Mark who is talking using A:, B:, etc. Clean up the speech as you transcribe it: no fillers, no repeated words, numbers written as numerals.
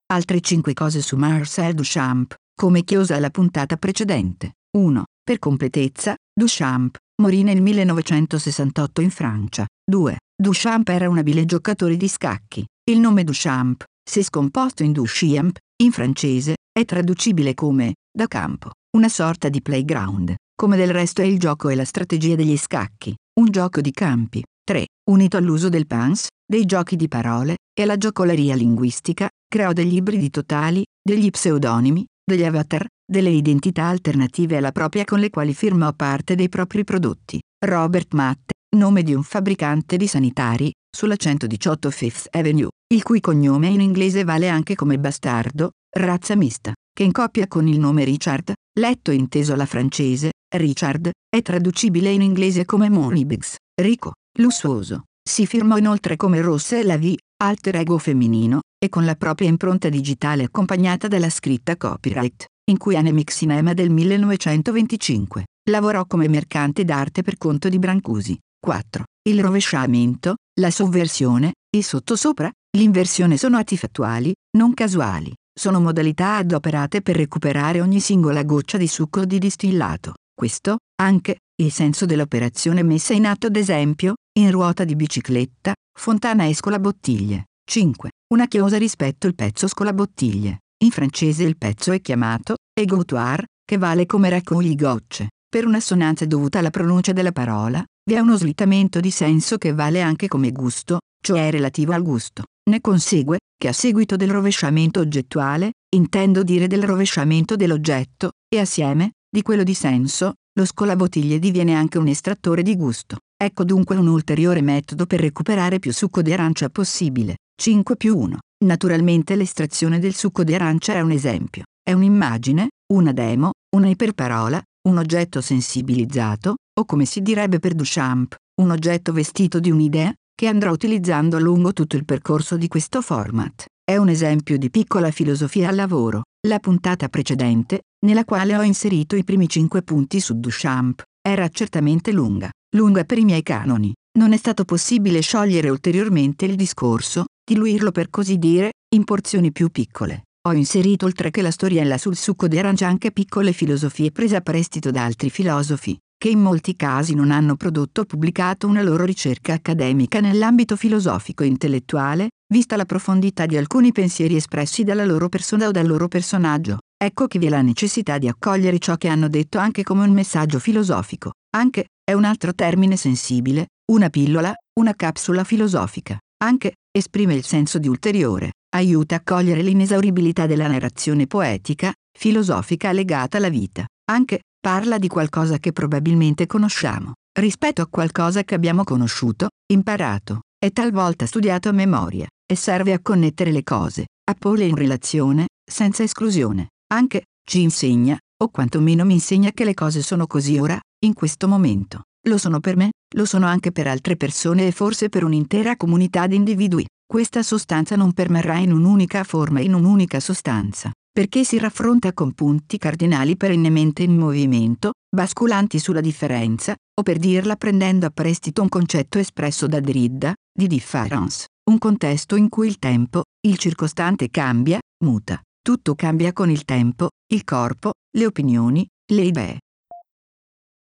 A: Altre 5 cose su Marcel Duchamp, come chiosa alla puntata precedente. 1. Per completezza, Duchamp morì nel 1968 in Francia. 2. Duchamp era un abile giocatore di scacchi. Il nome Duchamp, se scomposto in Duchamp, in francese, è traducibile come da campo, una sorta di playground, come del resto è il gioco e la strategia degli scacchi, un gioco di campi. 3. Unito all'uso del PANS, dei giochi di parole, e alla giocolaria linguistica, creò degli ibridi totali, degli pseudonimi, degli avatar, delle identità alternative alla propria con le quali firmò parte dei propri prodotti. Robert Matte, nome di un fabbricante di sanitari, sulla 118 Fifth Avenue, il cui cognome in inglese vale anche come bastardo, razza mista, che in coppia con il nome Richard, letto e inteso alla francese, Richard, è traducibile in inglese come Moneybags, ricco, lussuoso. Si firmò inoltre come Rosse la Vie, alter ego femminino, e con la propria impronta digitale accompagnata dalla scritta copyright, in cui Anemic Cinema del 1925. Lavorò come mercante d'arte per conto di Brancusi. 4. Il rovesciamento, la sovversione, il sottosopra, l'inversione sono atti fattuali, non casuali. Sono modalità adoperate per recuperare ogni singola goccia di succo di distillato. Questo, anche, il senso dell'operazione messa in atto ad esempio, in ruota di bicicletta, fontana e scolabottiglie. 5. Una chiosa rispetto il pezzo scolabottiglie. In francese il pezzo è chiamato égouttoir, che vale come raccogli gocce. Per un'assonanza dovuta alla pronuncia della parola, vi è uno slittamento di senso che vale anche come gusto, cioè relativo al gusto. Ne consegue, che a seguito del rovesciamento oggettuale, intendo dire del rovesciamento dell'oggetto, e assieme, di quello di senso, lo scolabottiglie diviene anche un estrattore di gusto. Ecco dunque un ulteriore metodo per recuperare più succo di arancia possibile. 5+1. Naturalmente l'estrazione del succo di arancia è un esempio. È un'immagine, una demo, una iperparola, un oggetto sensibilizzato, o come si direbbe per Duchamp, un oggetto vestito di un'idea, che andrò utilizzando lungo tutto il percorso di questo format. È un esempio di piccola filosofia al lavoro. La puntata precedente, nella quale ho inserito i primi 5 punti su Duchamp, era certamente lunga per i miei canoni. Non è stato possibile sciogliere ulteriormente il discorso, diluirlo per così dire, in porzioni più piccole. Ho inserito oltre che la storiella sul succo di arancia anche piccole filosofie prese a prestito da altri filosofi, che in molti casi non hanno prodotto o pubblicato una loro ricerca accademica nell'ambito filosofico e intellettuale, vista la profondità di alcuni pensieri espressi dalla loro persona o dal loro personaggio. Ecco che vi è la necessità di accogliere ciò che hanno detto anche come un messaggio filosofico. Anche, è un altro termine sensibile, una pillola, una capsula filosofica. Anche, esprime il senso di ulteriore, aiuta a cogliere l'inesauribilità della narrazione poetica, filosofica legata alla vita. Anche, parla di qualcosa che probabilmente conosciamo, rispetto a qualcosa che abbiamo conosciuto, imparato, e talvolta studiato a memoria, e serve a connettere le cose, a porle in relazione, senza esclusione. Anche, ci insegna, o quantomeno mi insegna che le cose sono così ora, in questo momento. Lo sono per me, lo sono anche per altre persone e forse per un'intera comunità di individui. Questa sostanza non permarrà in un'unica forma e in un'unica sostanza, perché si raffronta con punti cardinali perennemente in movimento, basculanti sulla differenza, o per dirla prendendo a prestito un concetto espresso da Derrida, di difference, un contesto in cui il tempo, il circostante cambia, muta. Tutto cambia con il tempo, il corpo, le opinioni, le idee.